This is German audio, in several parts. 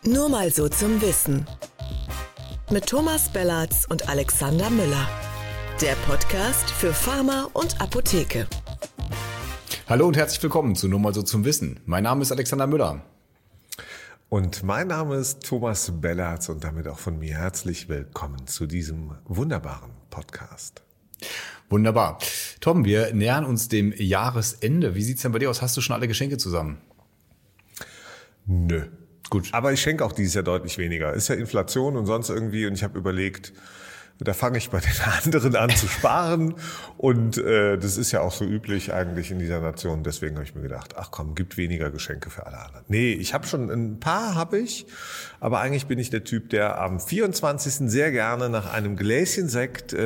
Nur mal so zum Wissen. Mit Thomas Bellatz und Alexander Müller. Der Podcast für Pharma und Apotheke. Hallo und herzlich willkommen zu Nur mal so zum Wissen. Mein Name ist Alexander Müller. Und mein Name ist Thomas Bellatz und damit auch von mir herzlich willkommen zu diesem wunderbaren Podcast. Wunderbar. Tom, wir nähern uns dem Jahresende. Wie sieht's denn bei dir aus? Hast du schon alle Geschenke zusammen? Nö. Gut. Aber ich schenke auch dieses Jahr deutlich weniger. Ist ja Inflation und sonst irgendwie. Und ich habe überlegt, da fange ich bei den anderen an zu sparen. Und das ist ja auch so üblich eigentlich in dieser Nation. Deswegen habe ich mir gedacht, ach komm, gibt weniger Geschenke für alle anderen. Nee, ich habe schon ein paar, aber eigentlich bin ich der Typ, der am 24. sehr gerne nach einem Gläschen Sekt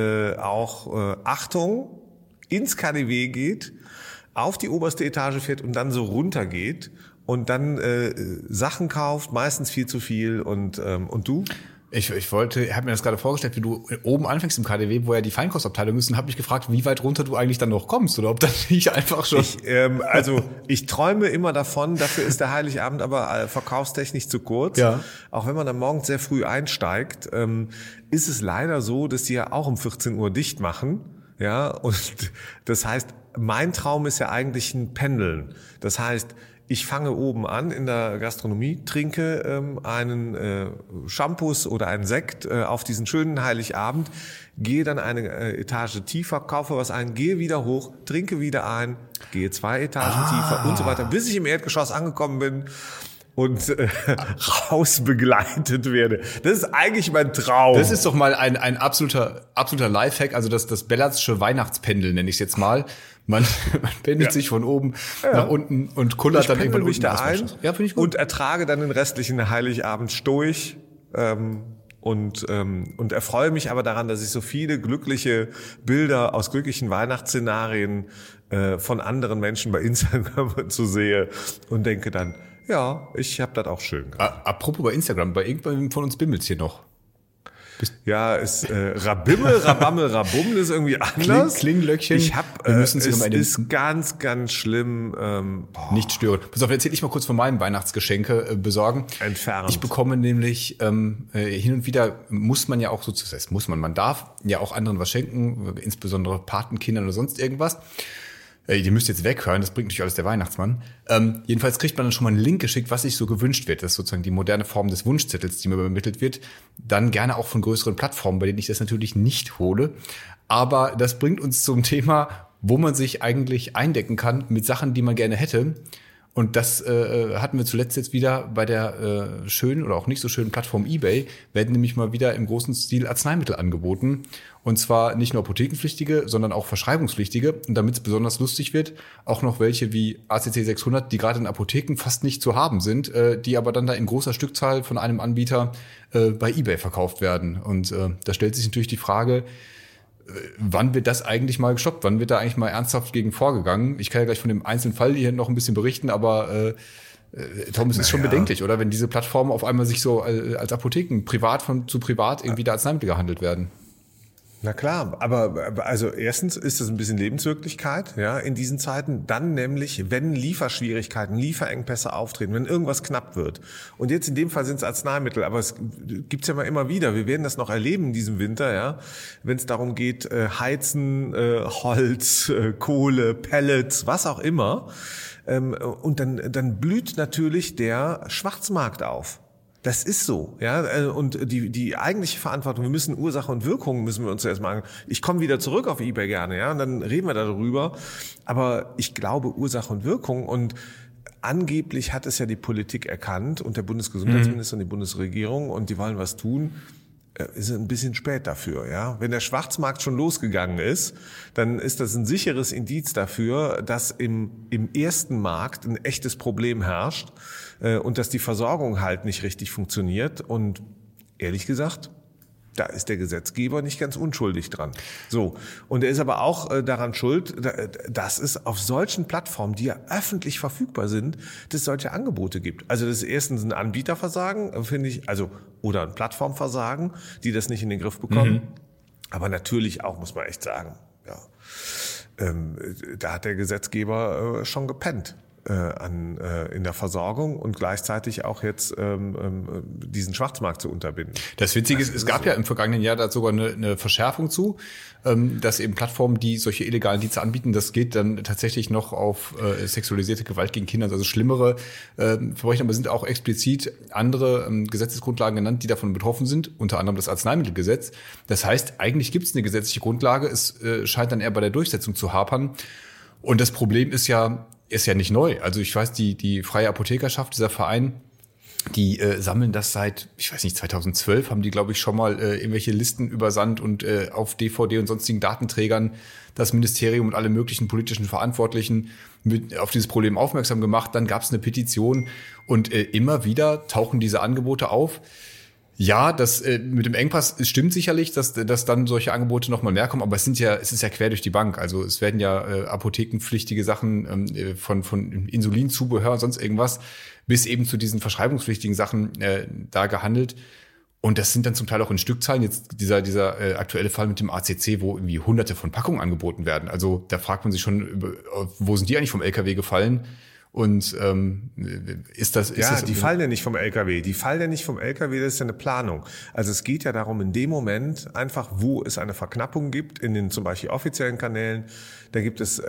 Achtung, ins KaDeWe geht, auf die oberste Etage fährt und dann so runter geht und dann Sachen kauft, meistens viel zu viel. Und du? Ich habe mir das gerade vorgestellt, wie du oben anfängst im KaDeWe, wo ja die Feinkostabteilung ist, und habe mich gefragt, wie weit runter du eigentlich dann noch kommst oder ob das nicht einfach schon... Ich träume immer davon, dafür ist der Heiligabend aber verkaufstechnisch zu kurz. Ja. Auch wenn man dann morgens sehr früh einsteigt, ist es leider so, dass die ja auch um 14 Uhr dicht machen. Ja, und das heißt, mein Traum ist ja eigentlich ein Pendeln. Das heißt, ich fange oben an in der Gastronomie, trinke einen Shampoos oder einen Sekt auf diesen schönen Heiligabend, gehe dann eine Etage tiefer, kaufe was ein, gehe wieder hoch, trinke wieder ein, gehe 2 Etagen tiefer und so weiter, bis ich im Erdgeschoss angekommen bin und raus begleitet werde. Das ist eigentlich mein Traum. Das ist doch mal ein absoluter Lifehack, also das Bellatzsche Weihnachtspendel nenne ich es jetzt mal. Man pendelt sich von oben nach unten und kullert dann irgendwann mich da ein Ja, finde ich gut. Und ertrage dann den restlichen Heiligabend stoisch und erfreue mich aber daran, dass ich so viele glückliche Bilder aus glücklichen Weihnachtsszenarien von anderen Menschen bei Instagram zu sehe und denke dann, ja, ich habe das auch schön gemacht. Apropos bei Instagram, bei irgendwann von uns bimmelt's hier noch. Ja, ist Rabimmel, Rabammel, Rabum, das ist irgendwie anders. Klinglöckchen. Es ist ganz, ganz schlimm. Nicht stören. Pass auf, erzähl ich mal kurz von meinem Weihnachtsgeschenke besorgen. Entfernt. Ich bekomme nämlich hin und wieder man darf ja auch anderen was schenken, insbesondere Patenkindern oder sonst irgendwas. Die müsst jetzt weghören, das bringt natürlich alles der Weihnachtsmann. Jedenfalls kriegt man dann schon mal einen Link geschickt, was sich so gewünscht wird. Das ist sozusagen die moderne Form des Wunschzettels, die mir übermittelt wird. Dann gerne auch von größeren Plattformen, bei denen ich das natürlich nicht hole. Aber das bringt uns zum Thema, wo man sich eigentlich eindecken kann mit Sachen, die man gerne hätte. Und das hatten wir zuletzt jetzt wieder bei der schönen oder auch nicht so schönen Plattform eBay, werden nämlich mal wieder im großen Stil Arzneimittel angeboten. Und zwar nicht nur apothekenpflichtige, sondern auch verschreibungspflichtige. Und damit es besonders lustig wird, auch noch welche wie ACC 600, die gerade in Apotheken fast nicht zu haben sind, die aber dann da in großer Stückzahl von einem Anbieter bei eBay verkauft werden. Und da stellt sich natürlich die Frage, wann wird das eigentlich mal gestoppt? Wann wird da eigentlich mal ernsthaft gegen vorgegangen? Ich kann ja gleich von dem einzelnen Fall hier noch ein bisschen berichten, aber Tom, es ist schon bedenklich, oder? Wenn diese Plattformen auf einmal sich so als Apotheken privat zu privat irgendwie da Arzneimittel gehandelt werden. Na klar, aber also erstens ist das ein bisschen Lebenswirklichkeit, ja, in diesen Zeiten. Dann nämlich, wenn Lieferschwierigkeiten, Lieferengpässe auftreten, wenn irgendwas knapp wird. Und jetzt in dem Fall sind es Arzneimittel, aber es gibt's ja mal immer wieder. Wir werden das noch erleben in diesem Winter, ja, wenn es darum geht, Heizen, Holz, Kohle, Pellets, was auch immer. Und dann blüht natürlich der Schwarzmarkt auf. Das ist so, ja, und die eigentliche Verantwortung, wir müssen Ursache und Wirkung müssen wir uns zuerst mal angucken. Ich komme wieder zurück auf eBay gerne, ja, und dann reden wir darüber, aber ich glaube Ursache und Wirkung, und angeblich hat es ja die Politik erkannt und der Bundesgesundheitsminister und die Bundesregierung, und die wollen was tun. Ist ein bisschen spät dafür, ja. Wenn der Schwarzmarkt schon losgegangen ist, dann ist das ein sicheres Indiz dafür, dass im ersten Markt ein echtes Problem herrscht und dass die Versorgung halt nicht richtig funktioniert. Und ehrlich gesagt, da ist der Gesetzgeber nicht ganz unschuldig dran. So. Und er ist aber auch daran schuld, dass es auf solchen Plattformen, die ja öffentlich verfügbar sind, dass es solche Angebote gibt. Also das ist erstens ein Anbieterversagen, finde ich, oder ein Plattformversagen, die das nicht in den Griff bekommen. Aber natürlich auch, muss man echt sagen, ja, da hat der Gesetzgeber schon gepennt. in der Versorgung und gleichzeitig auch jetzt diesen Schwarzmarkt zu unterbinden. Das Witzige ist, es gab ja im vergangenen Jahr da sogar eine Verschärfung zu, dass eben Plattformen, die solche illegalen Dienste anbieten, das geht dann tatsächlich noch auf sexualisierte Gewalt gegen Kinder, also schlimmere Verbrechen, aber sind auch explizit andere Gesetzesgrundlagen genannt, die davon betroffen sind, unter anderem das Arzneimittelgesetz. Das heißt, eigentlich gibt es eine gesetzliche Grundlage, es scheint dann eher bei der Durchsetzung zu hapern. Und das Problem ist ja nicht neu. Also ich weiß, die Freie Apothekerschaft, dieser Verein, die sammeln das seit, ich weiß nicht, 2012 haben die, glaube ich, schon mal irgendwelche Listen übersandt und auf DVD und sonstigen Datenträgern das Ministerium und alle möglichen politischen Verantwortlichen auf dieses Problem aufmerksam gemacht. Dann gab es eine Petition und immer wieder tauchen diese Angebote auf. Ja, das mit dem Engpass stimmt sicherlich, dass dann solche Angebote noch mal mehr kommen, aber es ist ja quer durch die Bank. Also es werden ja apothekenpflichtige Sachen von Insulinzubehör und sonst irgendwas bis eben zu diesen verschreibungspflichtigen Sachen da gehandelt. Und das sind dann zum Teil auch in Stückzahlen. Jetzt dieser aktuelle Fall mit dem ACC, wo irgendwie Hunderte von Packungen angeboten werden. Also da fragt man sich schon, wo sind die eigentlich vom LKW gefallen? Und die fallen ja nicht vom LKW. Die fallen ja nicht vom LKW, das ist ja eine Planung. Also es geht ja darum, in dem Moment einfach, wo es eine Verknappung gibt, in den zum Beispiel offiziellen Kanälen, da gibt es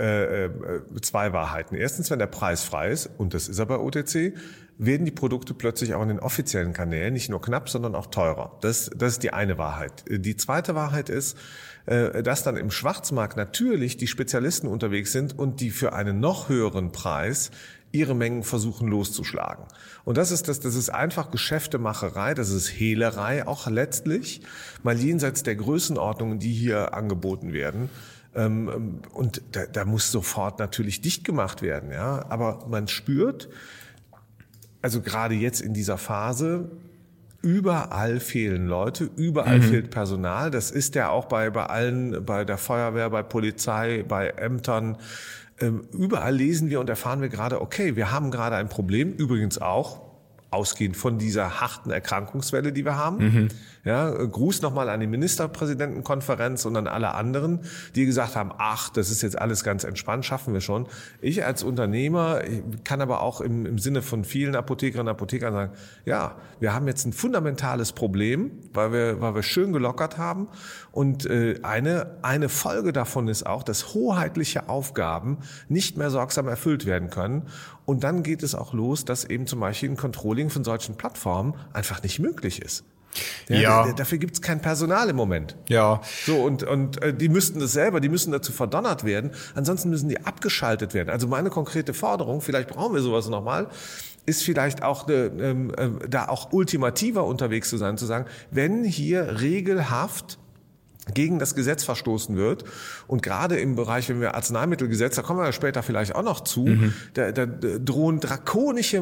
zwei Wahrheiten. Erstens, wenn der Preis frei ist, und das ist er bei OTC, werden die Produkte plötzlich auch in den offiziellen Kanälen nicht nur knapp, sondern auch teurer. Das ist die eine Wahrheit. Die zweite Wahrheit ist, dass dann im Schwarzmarkt natürlich die Spezialisten unterwegs sind und die für einen noch höheren Preis ihre Mengen versuchen loszuschlagen. Und das ist einfach Geschäftemacherei, das ist Hehlerei auch letztlich, mal jenseits der Größenordnungen, die hier angeboten werden. Und da muss sofort natürlich dicht gemacht werden, ja. Aber man spürt, also gerade jetzt in dieser Phase, überall fehlen Leute, überall fehlt Personal. Das ist ja auch bei allen, bei der Feuerwehr, bei Polizei, bei Ämtern. Überall lesen wir und erfahren wir gerade, okay, wir haben gerade ein Problem, übrigens auch ausgehend von dieser harten Erkrankungswelle, die wir haben. Ja, Gruß nochmal an die Ministerpräsidentenkonferenz und an alle anderen, die gesagt haben, ach, das ist jetzt alles ganz entspannt, schaffen wir schon. Ich als Unternehmer kann aber auch im Sinne von vielen Apothekerinnen und Apothekern sagen, ja, wir haben jetzt ein fundamentales Problem, weil wir schön gelockert haben. Und eine Folge davon ist auch, dass hoheitliche Aufgaben nicht mehr sorgsam erfüllt werden können. Und dann geht es auch los, dass eben zum Beispiel ein Controlling von solchen Plattformen einfach nicht möglich ist. Ja. Dafür gibt es kein Personal im Moment. Ja. So, und die müssten das selber, die müssen dazu verdonnert werden. Ansonsten müssen die abgeschaltet werden. Also meine konkrete Forderung, vielleicht brauchen wir sowas nochmal, ist vielleicht auch da auch ultimativer unterwegs zu sein, zu sagen, wenn hier regelhaft gegen das Gesetz verstoßen wird. Und gerade im Bereich, wenn wir Arzneimittelgesetz, da kommen wir ja später vielleicht auch noch zu, da drohen drakonische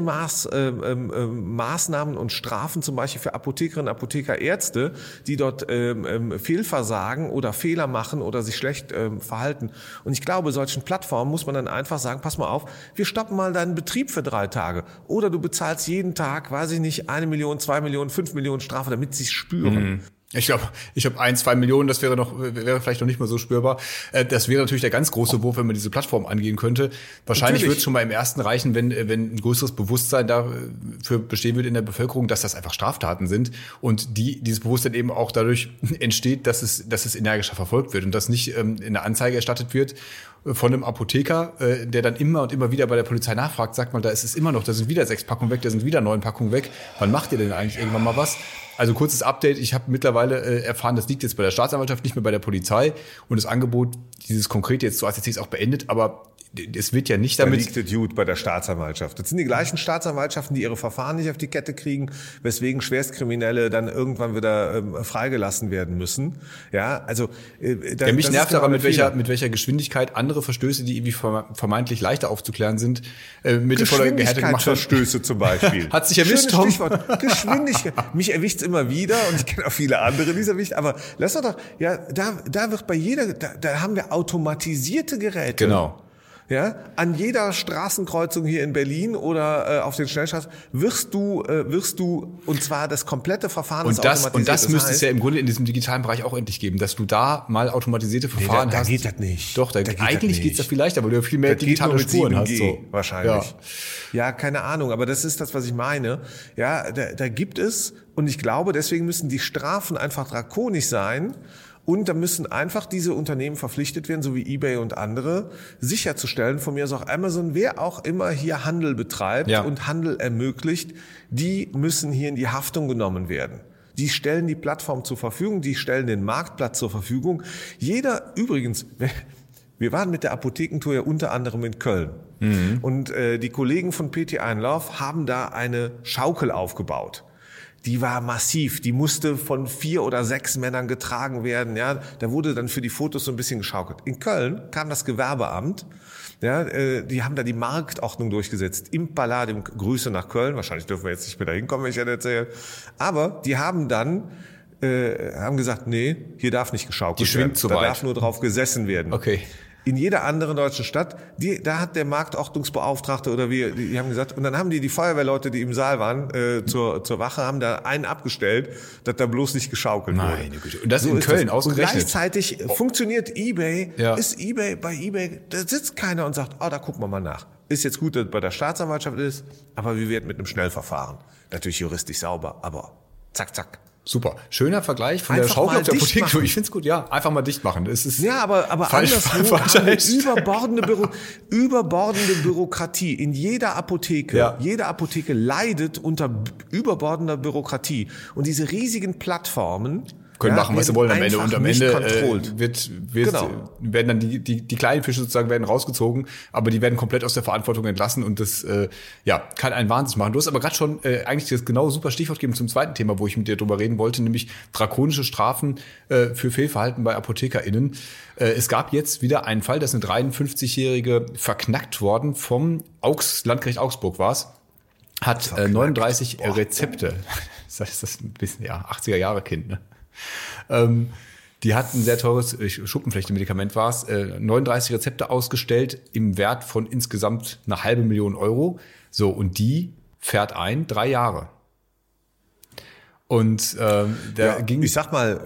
Maßnahmen und Strafen, zum Beispiel für Apothekerinnen, Apotheker, Ärzte, die dort Fehlversagen oder Fehler machen oder sich schlecht verhalten. Und ich glaube, solchen Plattformen muss man dann einfach sagen, pass mal auf, wir stoppen mal deinen Betrieb für 3 Tage. Oder du bezahlst jeden Tag, weiß ich nicht, 1 Million, 2 Millionen, 5 Millionen Strafe, damit sie es spüren. Ich glaube, 1-2 Millionen, das wäre vielleicht noch nicht mal so spürbar. Das wäre natürlich der ganz große Wurf, wenn man diese Plattform angehen könnte. Wahrscheinlich wird es schon mal im ersten reichen, wenn ein größeres Bewusstsein dafür bestehen würde in der Bevölkerung, dass das einfach Straftaten sind und dieses Bewusstsein eben auch dadurch entsteht, dass es energischer verfolgt wird und dass nicht eine Anzeige erstattet wird von einem Apotheker, der dann immer und immer wieder bei der Polizei nachfragt, sagt mal, da ist es immer noch, da sind wieder 6 Packungen weg, da sind wieder 9 Packungen weg. Wann macht ihr denn eigentlich irgendwann mal was? Also kurzes Update, ich habe mittlerweile erfahren, das liegt jetzt bei der Staatsanwaltschaft, nicht mehr bei der Polizei und das Angebot, dieses konkrete jetzt zu ACC ist auch beendet, aber es wird ja nicht damit... Da liegt das gut bei der Staatsanwaltschaft. Das sind die gleichen Staatsanwaltschaften, die ihre Verfahren nicht auf die Kette kriegen, weswegen Schwerstkriminelle dann irgendwann wieder freigelassen werden müssen. Ja, also... mich nervt daran, mit welcher Geschwindigkeit andere Verstöße, die irgendwie vermeintlich leichter aufzuklären sind, mit voller Gehärte gemacht werden. Verstöße zum Beispiel. Hat sich erwischt, Tom. Stichwort. Geschwindigkeit. Mich erwischt's immer wieder und ich kenne auch viele andere, die es erwischt. Aber lass doch, ja, da wird bei da haben wir automatisierte Geräte. Genau. Ja, an jeder Straßenkreuzung hier in Berlin oder auf den Schnellstraßen wirst du und zwar das komplette Verfahren ist automatisiert. Und das müsste es ja im Grunde in diesem digitalen Bereich auch endlich geben, dass du da mal automatisierte Verfahren hast. Da geht das nicht. Doch, eigentlich geht's ja viel leichter, weil du ja viel mehr das digitale Spuren hast. So. Wahrscheinlich. Ja, keine Ahnung, aber das ist das, was ich meine. Ja, da gibt es, und ich glaube, deswegen müssen die Strafen einfach drakonisch sein. Und da müssen einfach diese Unternehmen verpflichtet werden, so wie eBay und andere, sicherzustellen, von mir aus auch Amazon, wer auch immer hier Handel betreibt und Handel ermöglicht, die müssen hier in die Haftung genommen werden. Die stellen die Plattform zur Verfügung, die stellen den Marktplatz zur Verfügung. Übrigens, wir waren mit der Apothekentour ja unter anderem in Köln. Mhm. Und die Kollegen von PT Einlauf haben da eine Schaukel aufgebaut. Die war massiv, die musste von 4 oder 6 Männern getragen werden. Ja, da wurde dann für die Fotos so ein bisschen geschaukelt. In Köln kam das Gewerbeamt, ja, die haben da die Marktordnung durchgesetzt im Palladium. Grüße nach Köln. Wahrscheinlich dürfen wir jetzt nicht mehr da hinkommen, wenn ich das erzähle. Aber die haben dann haben gesagt, nee, hier darf nicht geschaukelt werden. Die schwingt zu weit. Da darf nur drauf gesessen werden. Okay. In jeder anderen deutschen Stadt, da hat der Marktordnungsbeauftragte oder die haben gesagt, und dann haben die Feuerwehrleute, die im Saal waren, zur Wache, haben da einen abgestellt, dass da bloß nicht geschaukelt wurde. Meine Güte. Und das so in Köln ausgerechnet. Und gleichzeitig funktioniert eBay, ist eBay, bei eBay, da sitzt keiner und sagt, da gucken wir mal nach. Ist jetzt gut, dass es bei der Staatsanwaltschaft ist, aber wie wird mit einem Schnellverfahren? Natürlich juristisch sauber, aber zack, zack. Super. Schöner Vergleich von der Schaukel auf der Apotheke. Ich find's gut, ja. Einfach mal dicht machen. Es ist aber anderswo haben wir überbordende Bürokratie. In jeder Apotheke. Ja. Jede Apotheke leidet unter überbordender Bürokratie. Und diese riesigen Plattformen können machen, was sie wollen am Ende. Und am Ende werden dann die kleinen Fische sozusagen werden rausgezogen, aber die werden komplett aus der Verantwortung entlassen und das kann einen Wahnsinn machen. Du hast aber gerade schon eigentlich das genau super Stichwort gegeben zum zweiten Thema, wo ich mit dir drüber reden wollte, nämlich drakonische Strafen für Fehlverhalten bei ApothekerInnen. Es gab jetzt wieder einen Fall, dass eine 53-Jährige verknackt worden vom Landgericht Augsburg war's, hat 39 Rezepte. Das ist ein bisschen 80er-Jahre-Kind, ne? Die hat ein sehr teures Schuppenflechte-Medikament 39 Rezepte ausgestellt im Wert von insgesamt 500.000 Euro. So, und die fährt 3 Jahre. Und ging. Ich sag mal.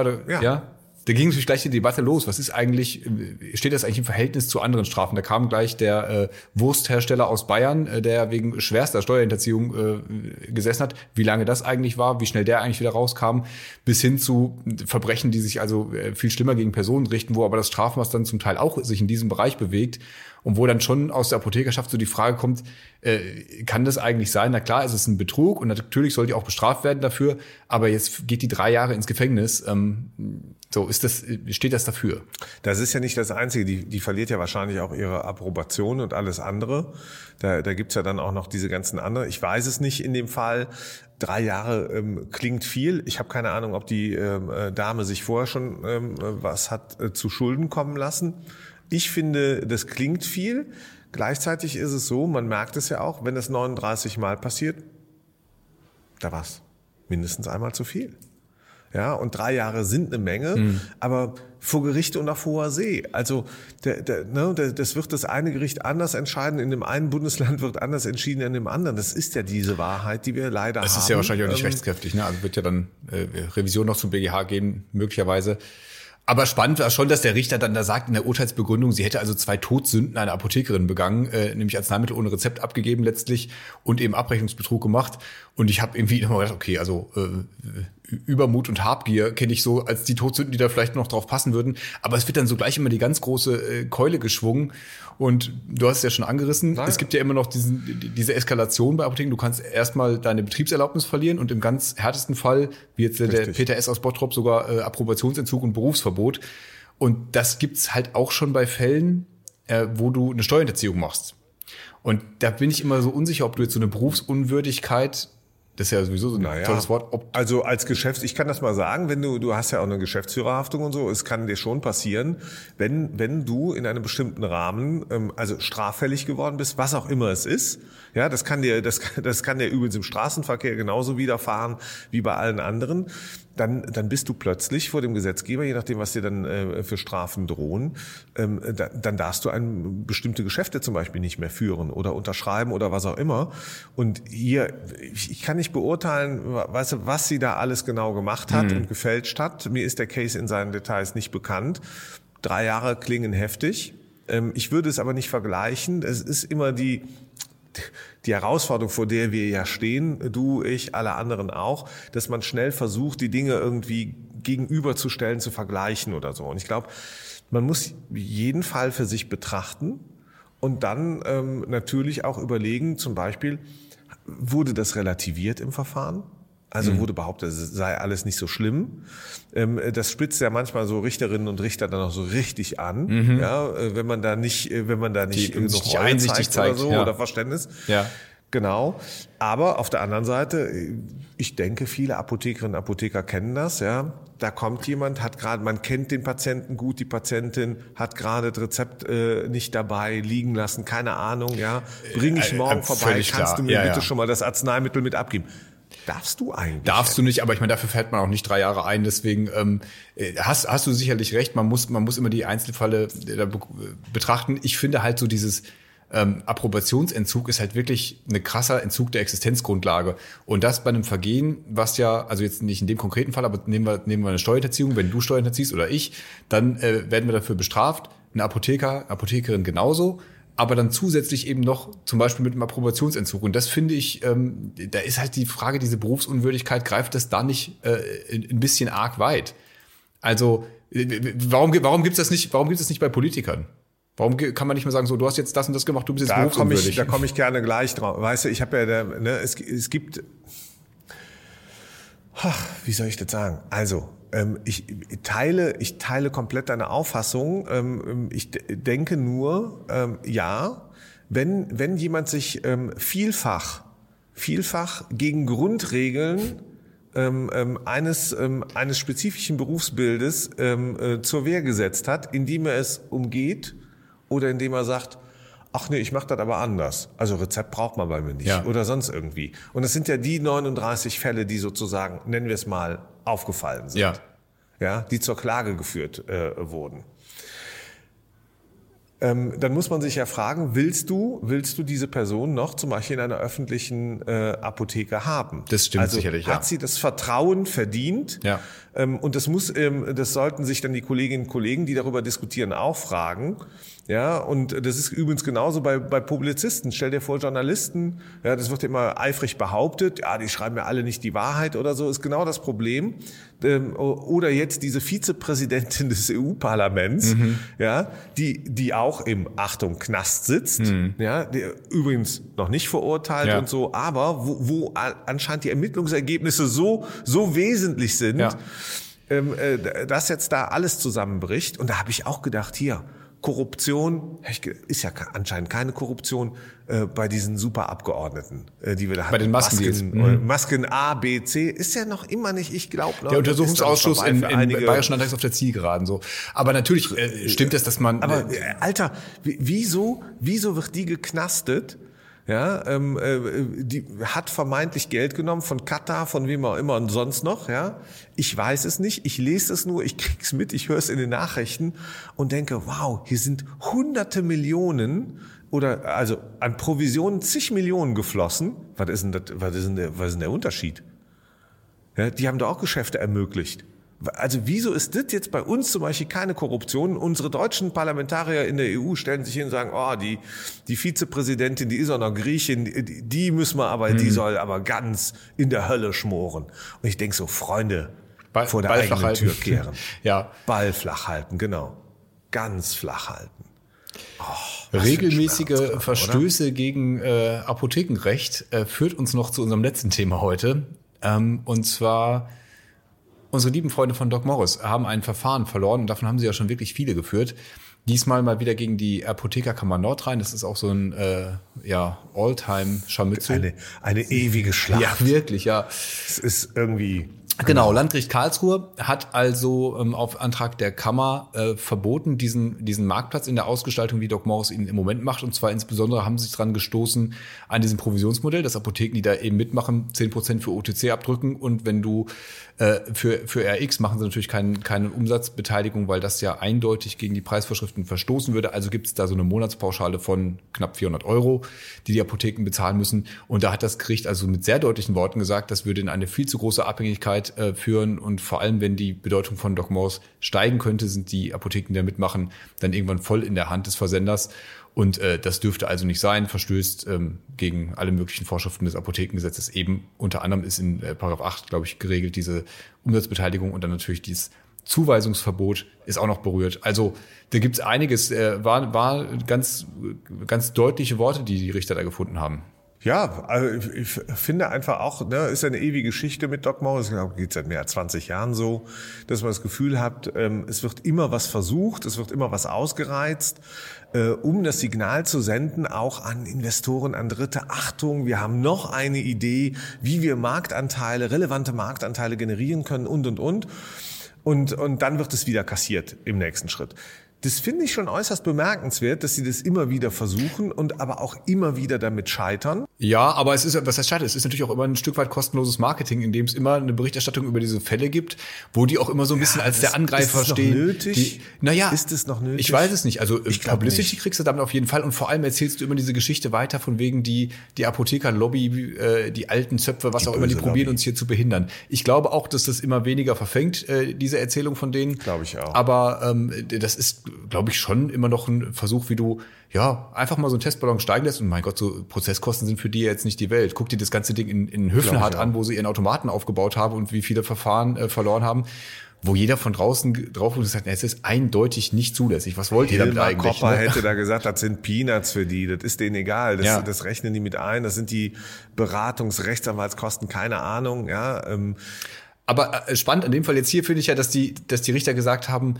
Da ging natürlich gleich die Debatte los. Was ist eigentlich, steht das eigentlich im Verhältnis zu anderen Strafen? Da kam gleich der Wursthersteller aus Bayern, der wegen schwerster Steuerhinterziehung gesessen hat. Wie lange das eigentlich war, wie schnell der eigentlich wieder rauskam, bis hin zu Verbrechen, die sich also viel schlimmer gegen Personen richten, wo aber das Strafmaß dann zum Teil auch sich in diesem Bereich bewegt. Und wo dann schon aus der Apothekerschaft so die Frage kommt, kann das eigentlich sein? Na klar, es ist ein Betrug und natürlich soll die auch bestraft werden dafür, aber jetzt geht die 3 Jahre ins Gefängnis. Steht das dafür? Das ist ja nicht das Einzige. Die verliert ja wahrscheinlich auch ihre Approbation und alles andere. Da gibt's ja dann auch noch diese ganzen anderen. Ich weiß es nicht in dem Fall. 3 Jahre klingt viel. Ich habe keine Ahnung, ob die Dame sich vorher schon was hat zu Schulden kommen lassen. Ich finde, das klingt viel. Gleichzeitig ist es so, man merkt es ja auch, wenn es 39 Mal passiert, da war es mindestens einmal zu viel. Ja, und 3 Jahre sind eine Menge, aber vor Gericht und auf hoher See. Also das wird das eine Gericht anders entscheiden, in dem einen Bundesland wird anders entschieden in dem anderen. Das ist ja diese Wahrheit, die wir leider haben. Das ist ja wahrscheinlich auch nicht rechtskräftig, ne? Also wird ja dann Revision noch zum BGH gehen, möglicherweise. Aber spannend war schon, dass der Richter dann da sagt in der Urteilsbegründung, sie hätte also 2 Todsünden einer Apothekerin begangen, nämlich Arzneimittel ohne Rezept abgegeben letztlich und eben Abrechnungsbetrug gemacht. Und ich habe irgendwie immer gedacht, okay, also Übermut und Habgier kenne ich so als die Todsünden, die da vielleicht noch drauf passen würden. Aber es wird dann so gleich immer die ganz große Keule geschwungen. Und du hast es ja schon angerissen. Nein. Es gibt ja immer noch diese Eskalation bei Apotheken. Du kannst erstmal deine Betriebserlaubnis verlieren und im ganz härtesten Fall, wie jetzt der Peter S. aus Bottrop, sogar Approbationsentzug und Berufsverbot. Und das gibt's halt auch schon bei Fällen, wo du eine Steuerhinterziehung machst. Und da bin ich immer so unsicher, ob du jetzt so eine Berufsunwürdigkeit, das ist ja sowieso so ein tolles Wort. Also als ich kann das mal sagen, wenn du hast ja auch eine Geschäftsführerhaftung und so, es kann dir schon passieren, wenn du in einem bestimmten Rahmen, also straffällig geworden bist, was auch immer es ist, Ja, das kann dir übrigens im Straßenverkehr genauso widerfahren wie bei allen anderen. Dann bist du plötzlich vor dem Gesetzgeber, je nachdem, was dir dann für Strafen drohen, dann darfst du bestimmte Geschäfte zum Beispiel nicht mehr führen oder unterschreiben oder was auch immer. Und hier, ich kann nicht beurteilen, weißt du, was sie da alles genau gemacht hat und gefälscht hat. Mir ist der Case in seinen Details nicht bekannt. 3 Jahre klingen heftig. Ich würde es aber nicht vergleichen. Es ist immer die Herausforderung, vor der wir ja stehen, du, ich, alle anderen auch, dass man schnell versucht, die Dinge irgendwie gegenüberzustellen, zu vergleichen oder so. Und ich glaube, man muss jeden Fall für sich betrachten und dann natürlich auch überlegen, zum Beispiel, wurde das relativiert im Verfahren? Also wurde behauptet, es sei alles nicht so schlimm. Das spitzt ja manchmal so Richterinnen und Richter dann auch so richtig an, ja, wenn man da nicht genug einsichtig zeigt oder so, ja. oder Verständnis. Ja. Genau. Aber auf der anderen Seite, ich denke, viele Apothekerinnen und Apotheker kennen das, ja. Da kommt jemand, man kennt den Patienten gut, die Patientin hat gerade das Rezept nicht dabei liegen lassen, keine Ahnung, ja. Bring ich morgen vorbei, kannst du mir bitte schon mal das Arzneimittel mit abgeben? Darfst du eigentlich? Darfst du nicht, aber ich meine, dafür fällt man auch nicht 3 Jahre ein. Deswegen hast du sicherlich recht. Man muss immer die Einzelfälle betrachten. Ich finde halt so dieses Approbationsentzug ist halt wirklich ein krasser Entzug der Existenzgrundlage. Und das bei einem Vergehen, was ja, also jetzt nicht in dem konkreten Fall, aber nehmen wir eine Steuerhinterziehung, wenn du Steuern hinterziehst oder ich, dann werden wir dafür bestraft. Ein Apothekerin genauso. Aber dann zusätzlich eben noch zum Beispiel mit einem Approbationsentzug. Und das finde ich, da ist halt die Frage, diese Berufsunwürdigkeit, greift das da nicht ein bisschen arg weit? Also warum gibt's das nicht bei Politikern? Warum kann man nicht mal sagen, so, du hast jetzt das und das gemacht, du bist jetzt berufsunwürdig? Da komme ich gerne gleich drauf. Weißt du, ich habe ja, es gibt, wie soll ich das sagen? Also, ich teile komplett deine Auffassung. Ich denke nur, ja, wenn jemand sich vielfach gegen Grundregeln eines spezifischen Berufsbildes zur Wehr gesetzt hat, indem er es umgeht oder indem er sagt, ach nee, ich mache das aber anders. Also Rezept braucht man bei mir nicht oder sonst irgendwie. Und das sind ja die 39 Fälle, die sozusagen, nennen wir es mal, aufgefallen sind. Ja, die zur Klage geführt wurden. Dann muss man sich ja fragen, willst du diese Person noch zum Beispiel in einer öffentlichen Apotheke haben? Das stimmt sicherlich, Hat sie das Vertrauen verdient? Ja. Und das sollten sich dann die Kolleginnen und Kollegen, die darüber diskutieren, auch fragen. Ja, und das ist übrigens genauso bei Publizisten. Stell dir vor, Journalisten, ja, das wird immer eifrig behauptet, ja, die schreiben ja alle nicht die Wahrheit oder so, ist genau das Problem. Oder jetzt diese Vizepräsidentin des EU-Parlaments, ja, die auch im, Achtung, Knast sitzt, ja, die übrigens noch nicht verurteilt und so, aber wo anscheinend die Ermittlungsergebnisse so wesentlich sind, dass jetzt da alles zusammenbricht. Und da habe ich auch gedacht, hier, Korruption, ist ja anscheinend keine Korruption bei diesen Superabgeordneten, die wir da hatten. Bei den Maskendeals. Masken A, B, C, ist ja noch immer nicht, ich glaube. Der Untersuchungsausschuss im Bayerischen Landtag ist auf der Zielgeraden so. Aber natürlich stimmt es, dass man... Aber Alter, wieso wird die geknastet? Ja, die hat vermeintlich Geld genommen von Katar, von wem auch immer und sonst noch, ja. Ich weiß es nicht, ich lese es nur, ich krieg's mit, ich höre es in den Nachrichten und denke, wow, hier sind hunderte Millionen oder also an Provisionen zig Millionen geflossen. Was ist denn der Unterschied? Ja, die haben doch auch Geschäfte ermöglicht. Also wieso ist das jetzt bei uns zum Beispiel keine Korruption? Unsere deutschen Parlamentarier in der EU stellen sich hin und sagen, oh, die Vizepräsidentin, die ist auch noch Griechin, die müssen wir aber, die soll aber ganz in der Hölle schmoren. Und ich denke so, Freunde, vor der eigenen Tür kehren. Ja. Ball flach halten, genau. Ganz flach halten. Oh, regelmäßige Verstöße gegen Apothekenrecht führt uns noch zu unserem letzten Thema heute. Und zwar... Unsere lieben Freunde von Doc Morris haben ein Verfahren verloren und davon haben sie ja schon wirklich viele geführt. Diesmal mal wieder gegen die Apothekerkammer Nordrhein. Das ist auch so ein All-Time-Scharmützel. Eine ewige Schlacht. Ja, wirklich, ja. Es ist irgendwie... Genau, Landgericht Karlsruhe hat also auf Antrag der Kammer verboten, diesen Marktplatz in der Ausgestaltung, wie Doc Morris ihn im Moment macht. Und zwar insbesondere haben sie sich dran gestoßen an diesem Provisionsmodell, dass Apotheken, die da eben mitmachen, 10% für OTC abdrücken. Und wenn du für RX machen sie natürlich keine Umsatzbeteiligung, weil das ja eindeutig gegen die Preisvorschriften verstoßen würde. Also gibt es da so eine Monatspauschale von knapp 400 €, die Apotheken bezahlen müssen. Und da hat das Gericht also mit sehr deutlichen Worten gesagt, das würde in eine viel zu große Abhängigkeit führen. Und vor allem, wenn die Bedeutung von Doc Morris steigen könnte, sind die Apotheken, die da mitmachen, dann irgendwann voll in der Hand des Versenders. Und das dürfte also nicht sein, verstößt gegen alle möglichen Vorschriften des Apothekengesetzes. Eben unter anderem ist in Paragraph 8, glaube ich, geregelt, diese Umsatzbeteiligung und dann natürlich dieses Zuweisungsverbot ist auch noch berührt. Also da gibt's einiges, war ganz, ganz deutliche Worte, die Richter da gefunden haben. Ja, also ich finde einfach auch, ne, ist ja eine ewige Geschichte mit Doc Morris, ich glaube, geht seit mehr als 20 Jahren so, dass man das Gefühl hat, es wird immer was versucht, es wird immer was ausgereizt, um das Signal zu senden, auch an Investoren, an Dritte, Achtung, wir haben noch eine Idee, wie wir relevante Marktanteile generieren können und. Und dann wird es wieder kassiert im nächsten Schritt. Das finde ich schon äußerst bemerkenswert, dass sie das immer wieder versuchen und aber auch immer wieder damit scheitern. Ja, aber es ist, was heißt scheitern? Es ist natürlich auch immer ein Stück weit kostenloses Marketing, in dem es immer eine Berichterstattung über diese Fälle gibt, wo die auch immer so ein bisschen als der Angreifer stehen. Ist das noch nötig? Ist es noch nötig? Ich weiß es nicht. Also Publicity kriegst du damit auf jeden Fall und vor allem erzählst du immer diese Geschichte weiter von wegen die Apothekerlobby, die alten Zöpfe, was auch immer, die probieren uns hier zu behindern. Ich glaube auch, dass das immer weniger verfängt, diese Erzählung von denen. Glaube ich auch. Aber das ist, glaube ich, schon immer noch ein Versuch, wie du einfach mal so einen Testballon steigen lässt und mein Gott, so Prozesskosten sind für die jetzt nicht die Welt. Guck dir das ganze Ding in Höfenhardt an, wo sie ihren Automaten aufgebaut haben und wie viele Verfahren verloren haben, wo jeder von draußen drauf und sagt, es ist eindeutig nicht zulässig. Was wollt ihr damit eigentlich? Kopper hätte da gesagt, das sind Peanuts für die, das ist denen egal, das rechnen die mit ein, das sind die Rechtsanwaltskosten, keine Ahnung. Ja. Aber spannend an dem Fall jetzt hier finde ich ja, dass die Richter gesagt haben,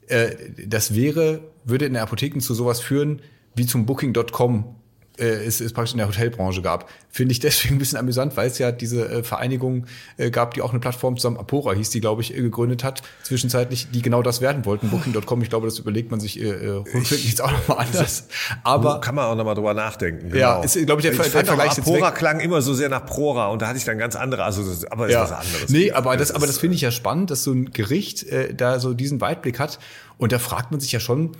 das würde in der Apotheken zu sowas führen, wie zum Booking.com es praktisch in der Hotelbranche gab. Finde ich deswegen ein bisschen amüsant, weil es ja diese Vereinigung gab, die auch eine Plattform zusammen, Apora hieß die, glaube ich, gegründet hat, zwischenzeitlich, die genau das werden wollten. Booking.com, ich glaube, das überlegt man sich rückwirkend jetzt auch nochmal anders. Aber kann man auch nochmal drüber nachdenken. Genau. Ja, ist, glaube ich, der Vergleich jetzt Apora klang immer so sehr nach Prora und da hatte ich dann ganz andere, aber ist was anderes. Nee, aber das finde ich ja spannend, dass so ein Gericht da so diesen Weitblick hat und da fragt man sich ja schon,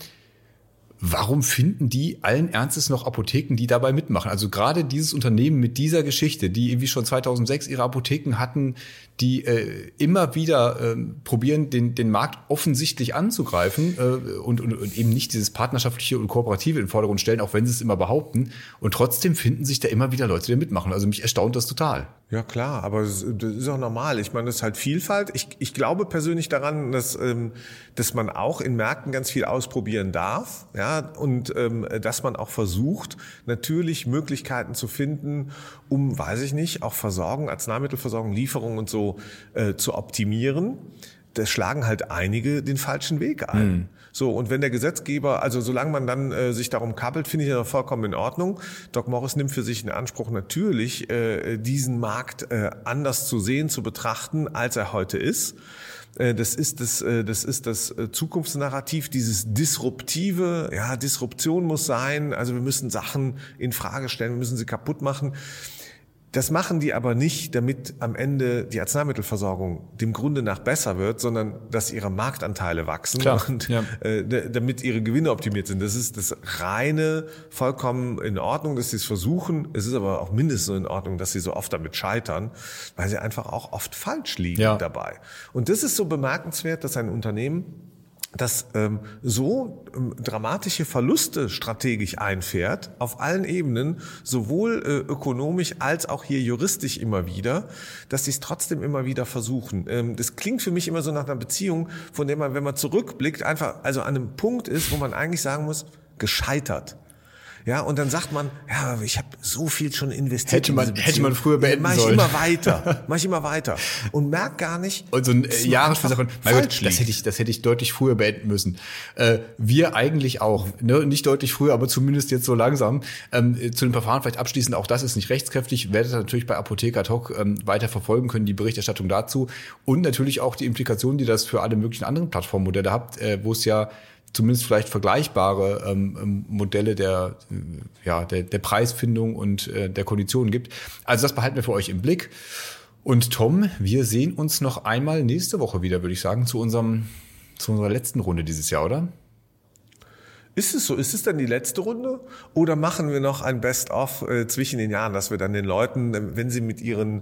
warum finden die allen Ernstes noch Apotheken, die dabei mitmachen? Also gerade dieses Unternehmen mit dieser Geschichte, die irgendwie schon 2006 ihre Apotheken hatten, die immer wieder probieren, den Markt offensichtlich anzugreifen und eben nicht dieses partnerschaftliche und kooperative in den Vordergrund stellen, auch wenn sie es immer behaupten. Und trotzdem finden sich da immer wieder Leute, die mitmachen. Also mich erstaunt das total. Ja klar, aber das ist auch normal. Ich meine, das ist halt Vielfalt. Ich glaube persönlich daran, dass man auch in Märkten ganz viel ausprobieren darf, ja, und dass man auch versucht, natürlich Möglichkeiten zu finden, um, weiß ich nicht, auch Versorgung, Arzneimittelversorgung, Lieferung und so zu optimieren. Da schlagen halt einige den falschen Weg ein. So, und wenn der Gesetzgeber, also solange man dann sich darum kabbelt, finde ich das vollkommen in Ordnung. Doc Morris nimmt für sich in Anspruch, natürlich diesen Markt anders zu sehen, zu betrachten, als er heute ist. Das ist das Zukunftsnarrativ, dieses Disruptive. Ja, Disruption muss sein. Also wir müssen Sachen in Frage stellen, wir müssen sie kaputt machen. Das machen die aber nicht, damit am Ende die Arzneimittelversorgung dem Grunde nach besser wird, sondern dass ihre Marktanteile wachsen und damit ihre Gewinne optimiert sind. Das ist das reine, vollkommen in Ordnung, dass sie es versuchen. Es ist aber auch mindestens so in Ordnung, dass sie so oft damit scheitern, weil sie einfach auch oft falsch liegen dabei. Und das ist so bemerkenswert, dass ein Unternehmen, das so dramatische Verluste strategisch einfährt, auf allen Ebenen, sowohl ökonomisch als auch hier juristisch immer wieder, dass sie es trotzdem immer wieder versuchen. Das klingt für mich immer so nach einer Beziehung, von der man, wenn man zurückblickt, einfach also an einem Punkt ist, wo man eigentlich sagen muss, gescheitert. Ja, und dann sagt man, ja, ich habe so viel schon investiert. Hätte man früher beenden sollen. Mach ich immer weiter. Und merk gar nicht. Und so ein Jahresvertrag, mein Gott, das hätte ich deutlich früher beenden müssen. Wir eigentlich auch, ne? Nicht deutlich früher, aber zumindest jetzt so langsam. Zu dem Verfahren vielleicht abschließend, auch das ist nicht rechtskräftig, werdet ihr natürlich bei Apotheker Talk weiter verfolgen können, die Berichterstattung dazu und natürlich auch die Implikationen, die das für alle möglichen anderen Plattformmodelle habt, wo es ja zumindest vielleicht vergleichbare Modelle der Preisfindung und der Konditionen gibt. Also das behalten wir für euch im Blick. Und Tom, wir sehen uns noch einmal nächste Woche wieder, würde ich sagen, zu unserer letzten Runde dieses Jahr, oder? Ist es so? Ist es dann die letzte Runde? Oder machen wir noch ein Best-of zwischen den Jahren, dass wir dann den Leuten, wenn sie mit ihren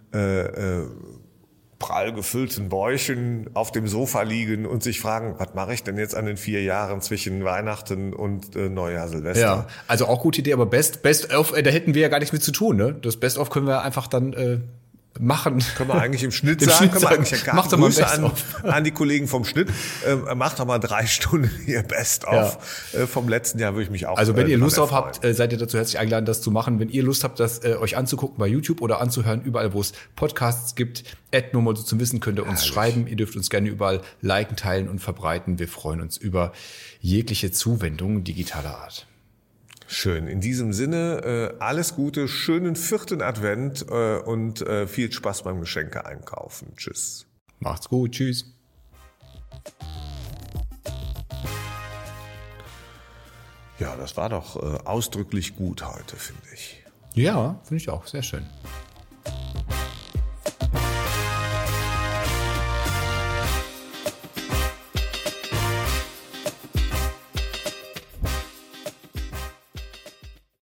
prall gefüllten Bäuchen auf dem Sofa liegen und sich fragen, was mache ich denn jetzt an den 4 Jahren zwischen Weihnachten und Neujahr, Silvester? Ja, also auch gute Idee, aber Best-of, da hätten wir ja gar nichts mit zu tun, ne? Das Best-of können wir einfach dann machen. Können wir eigentlich im Schnitt sagen. Können wir eigentlich ja gar Macht doch mal Grüße an die Kollegen vom Schnitt. Macht doch mal 3 Stunden hier Best-of vom letzten Jahr, würde ich mich auch Also wenn ihr Lust drauf habt, seid ihr dazu herzlich eingeladen, das zu machen. Wenn ihr Lust habt, das euch anzugucken bei YouTube oder anzuhören, überall, wo es Podcasts gibt, nur mal so zum Wissen, könnt ihr uns schreiben. Ihr dürft uns gerne überall liken, teilen und verbreiten. Wir freuen uns über jegliche Zuwendung digitaler Art. Schön. In diesem Sinne, alles Gute, schönen 4. Advent und viel Spaß beim Geschenke einkaufen. Tschüss. Macht's gut. Tschüss. Ja, das war doch ausdrücklich gut heute, finde ich. Ja, finde ich auch. Sehr schön.